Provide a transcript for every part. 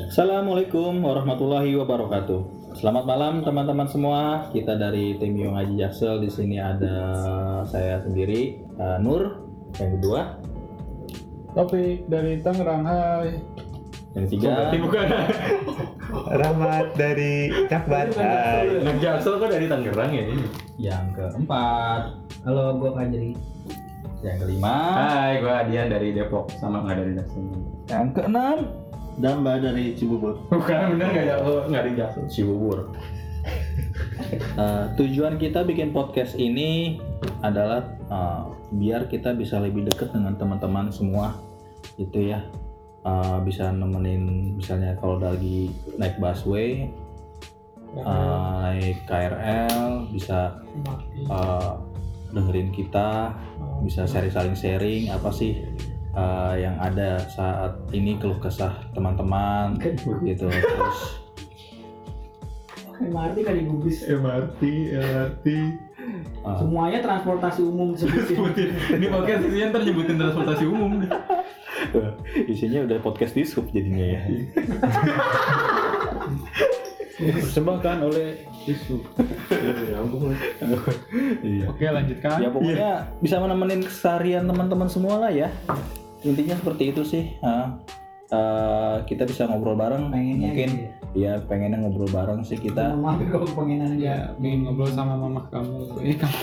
Assalamualaikum warahmatullahi wabarakatuh. Selamat malam teman-teman semua. Kita dari tim Yo Ngaji Jaksel. Di sini ada saya sendiri, Nur. Yang kedua, Taufik dari Tangerang. Hai. yang ketiga, bukan. Rahmat dari Jakbar. Hai. Anak Jaksel kan dari Tangerang ya ini. yang keempat, Halo, gue Fajri. yang kelima, Hai, gua Adian dari Depok, sama nggak dari Jaksel. yang keenam, Damba dari Cibubur. Bukan, bener nggak Jaksel, nggak dari Jaksel. Cibubur. Tujuan kita bikin podcast ini adalah biar kita bisa lebih dekat dengan teman-teman semua, gitu ya. Bisa nemenin, misalnya kalau lagi naik busway, naik KRL, bisa dengerin kita, bisa saling sharing apa sih yang ada saat ini, keluh kesah teman-teman gitu. Terus MRT kan digubris. MRT. Semuanya transportasi umum disebutin. Ini podcast isinya ntar nyebutin transportasi umum nih. isinya udah podcast disub jadinya ya. Dipersembahkan oleh isu. Iya. Oke, lanjutkan. Ya pokoknya bisa menemenin keseharian teman-teman semua lah ya. Intinya seperti itu sih. Kita bisa ngobrol bareng. Pengennya Mungkin gitu ya pengennya ngobrol bareng sih kita. Maaf kalau pengenan Ya, aja. ingin ngobrol sama mama kamu. Kamu.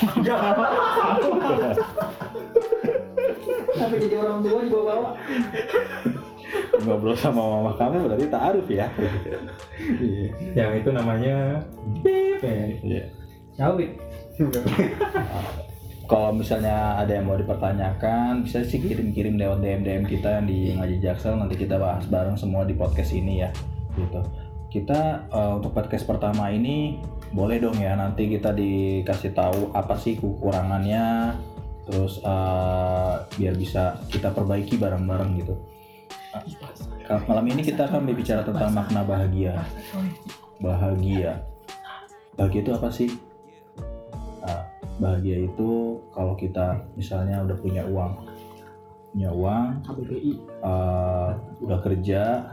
Sampai jadi orang tua juga bawa. Ngobrol sama mama kamu berarti ta'aruf ya. Iya. Yang itu namanya Iya. Jauh. Kalau misalnya ada yang mau dipertanyakan, bisa sih kirim-kirim lewat DM kita yang di Ngaji Jaksel. Nanti kita bahas bareng semua di podcast ini ya, gitu. Kita untuk podcast pertama ini boleh dong ya, nanti kita dikasih tahu apa sih kekurangannya, terus biar bisa kita perbaiki bareng-bareng gitu. Malam ini kita akan berbicara tentang makna bahagia. Bahagia itu apa sih? Bahagia itu kalau kita misalnya udah punya uang, KBBI. udah kerja,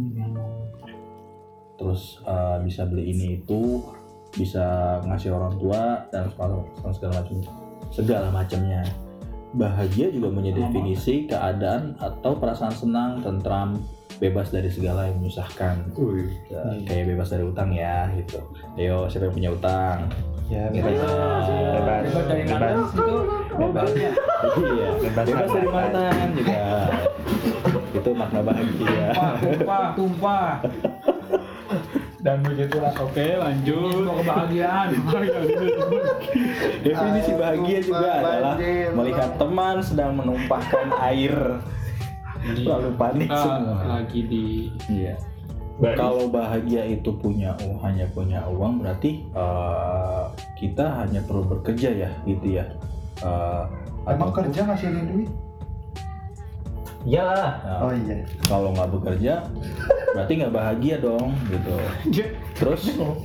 terus bisa beli ini itu, bisa ngasih orang tua dan segala macamnya. Bahagia juga menjadi definisi keadaan atau perasaan senang, tentram, bebas dari segala yang menyusahkan. Kayak bebas dari utang ya gitu. Ayo, siapa yang punya utang? Ya, Bebas dari mantan itu bahagia. Iya, bebas dari mantan juga. Itu makna bahagia. Tumpah. Dan begitulah. Oke, lanjut. Sebuah kebahagiaan. Definisi bahagia juga adalah melihat teman sedang menumpahkan air, lalu panik semua. Lagi di Iya. Kalau bahagia itu hanya punya uang, berarti kita hanya perlu bekerja ya, gitu ya. Emang kerja ngasilin duit? Iyalah. Nah, Oh iya. kalau nggak bekerja, berarti nggak bahagia dong, gitu. Terus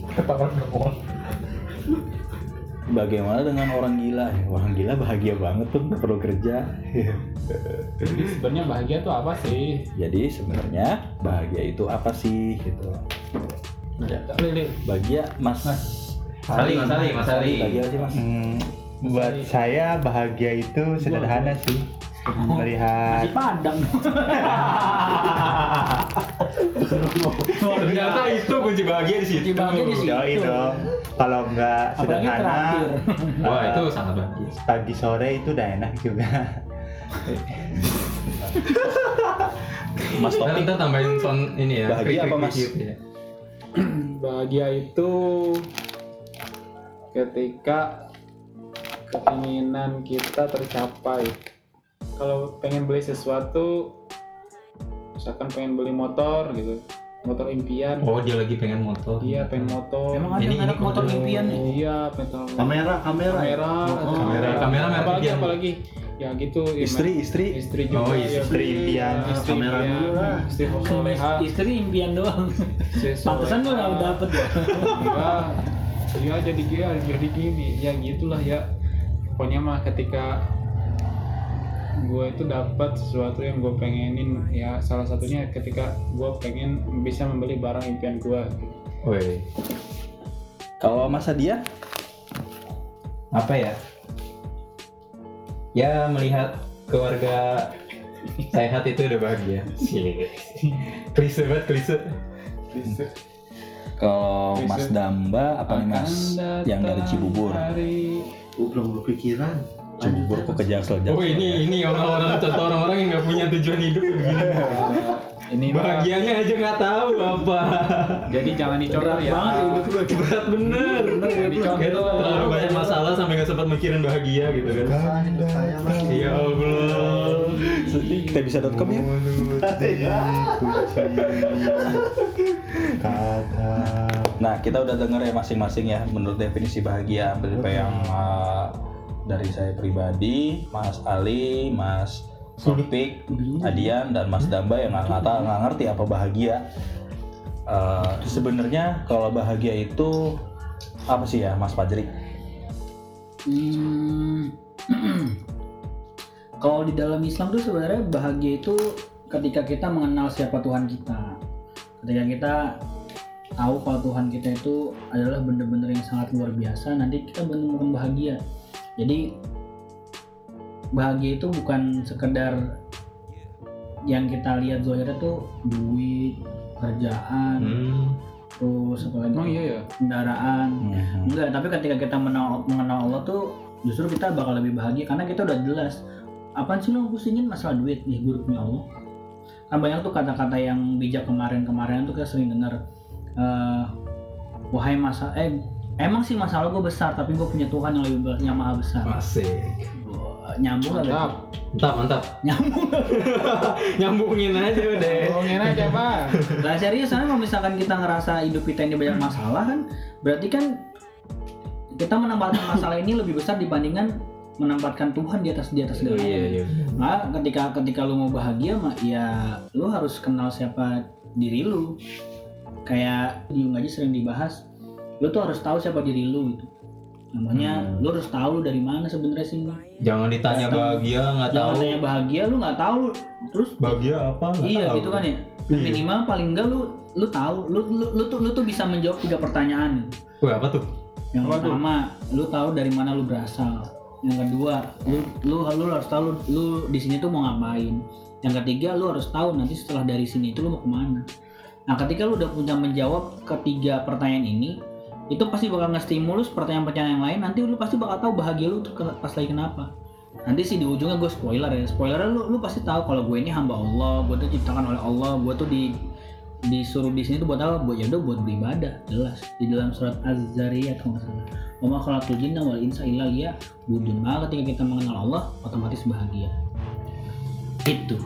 bagaimana dengan orang gila? Orang gila bahagia banget tuh, nggak perlu kerja. Jadi sebenarnya bahagia tuh apa sih? Jadi sebenarnya bahagia itu apa sih, gitu. Ya, bahagia Mas Mas Ali. Bahagia apa sih Mas? Buat saya bahagia itu sederhana sih. Melihat Nasi Padang. Ternyata itu kunci bahagia di situ. Kunci bahagia di situ. Yoi dong. Kalau nggak Apalagi sederhana, terakhir. Wah, itu sangat bahagia. pagi sore itu udah enak juga. Mas Topik, Kita tambahin sound ini ya. Bahagia apa, Mas? Ya. Bahagia itu ketika keinginan kita tercapai. Kalau pengen beli sesuatu, misalkan pengen beli motor gitu, motor impian. Oh, dia lagi pengen motor. Iya, pengen motor. Emang ada Ini merek motor kode. impian nih. Iya, pengen Kamera. Kamera merek impian. apalagi ya gitu. istri juga. Oh, ya, istri impian. Istri Kamera impian. dulu lah. Istri soleha. Istri impian doang. Pantesan lu nggak dapet ya. Iya, jadi gini. Ya gitulah ya. Pokoknya mah ketika gue itu dapat sesuatu yang gue pengenin, ya salah satunya ketika gue pengen bisa membeli barang impian gue. Woi. Kalau Mas Adia? Apa ya? Ya melihat keluarga sehat itu udah bahagia. Klise banget, klise. Kalau Mas Damba apa nih Mas? Yang dari Cibubur. Gue belum berpikiran. Cibubur kok ke Jaksel. Oh ini orang-orang contoh orang-orang yang nggak punya tujuan hidup begini. Ini Bahagianya aja nggak tahu apa. jadi jangan dicontoh ya. Berat bener. Jangan dicontoh. Terlalu banyak masalah sampai nggak sempat mikirin bahagia gitu kan. Hidup saya mah. Ya Allah. Sedih kita bisa.com ya. Kata Nah, kita udah denger ya masing-masing ya menurut definisi bahagia dari yang dari saya pribadi, Mas Ali, Mas Sopik, Adian, dan Mas Damba yang nggak ngerti apa bahagia. Sebenarnya kalau bahagia itu apa sih ya, Mas Fajri? Kalau di dalam Islam tuh sebenarnya bahagia itu ketika kita mengenal siapa Tuhan kita. Ketika kita tahu kalau Tuhan kita itu adalah benar-benar yang sangat luar biasa, nanti kita menemukan bahagia. Jadi bahagia itu bukan sekedar yang kita lihat zahirnya tuh duit, kerjaan, terus apa lagi? Emang iya ya? Kendaraan. Enggak, tapi ketika kita mengenal Allah tuh justru kita bakal lebih bahagia karena kita udah jelas apaan sih lo pusingin masalah duit nih, gue punya Allah. Kan banyak tuh kata-kata yang bijak kemarin tuh kita sering dengar, wahai emang sih masalah gue besar tapi gue punya Tuhan yang maha besar. Asik. Nyambung gak? Mantap. Nyambung. Nyambungin aja udah. Ngomongin aja Pak. Lah serius, soalnya kalau misalkan kita ngerasa hidup kita ini banyak masalah kan, berarti kan kita menempatkan masalah ini lebih besar dibandingkan menempatkan Tuhan di atas segalanya. Iya. Nah, ketika lu mau bahagia mah ya lu harus kenal siapa diri lu. Kayak di ngaji sering dibahas, lu tuh harus tahu siapa diri lu gitu. Namanya lu harus tahu dari mana sebenarnya sih. Jangan ditanya bahagia nggak tahu. Jangan tanya bahagia lu nggak tahu terus Bahagia apa? Nggak iya tahu. gitu kan ya. Minimal paling enggak lu tahu, lu tuh bisa menjawab 3 pertanyaan. Wah, apa tuh? Yang pertama, lu tahu dari mana lu berasal. Yang kedua, lu harus tahu lu di sini tuh mau ngapain. Yang ketiga, lu harus tahu nanti setelah dari sini itu lu mau kemana. Nah, ketika lu udah punya menjawab ketiga pertanyaan ini, itu pasti bakal nge-stimulus pertanyaan-pertanyaan yang lain. Nanti lu pasti bakal tahu bahagia lu tuh pas lagi kenapa. Nanti sih di ujungnya gue spoilernya lu pasti tahu kalau gue ini hamba Allah, gue tuh diciptakan oleh Allah, gue tuh disuruh di sini tuh buat apa? Buat beribadah, jelas di dalam surat Az-Zariyat kalau nggak salah. Wa ma khalaqtul jinna wal insa illa liya'budun. Maka ketika kita mengenal Allah, otomatis bahagia. Itu.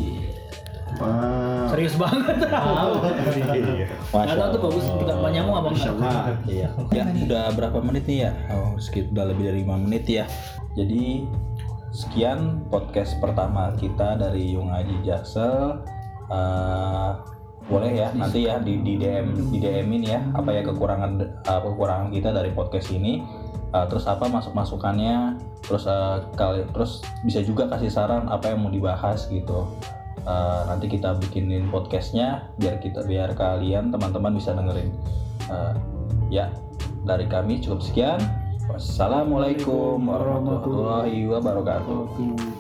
Wow. Serius banget. Masya Tahu tuh bagus kita nyambung apa enggak? Iya. Ya, udah berapa menit nih ya? Oh, sekitar udah lebih dari 5 menit ya. Jadi sekian podcast pertama kita dari Yung Aji Jaksel. Boleh ya nanti ya di DM-in ya apa ya kekurangan kita dari podcast ini. Terus apa masukannya, terus terus bisa juga kasih saran apa yang mau dibahas gitu. Nanti kita bikinin podcastnya biar kalian teman-teman bisa dengerin. Ya, dari kami cukup sekian. Wassalamualaikum warahmatullahi wabarakatuh.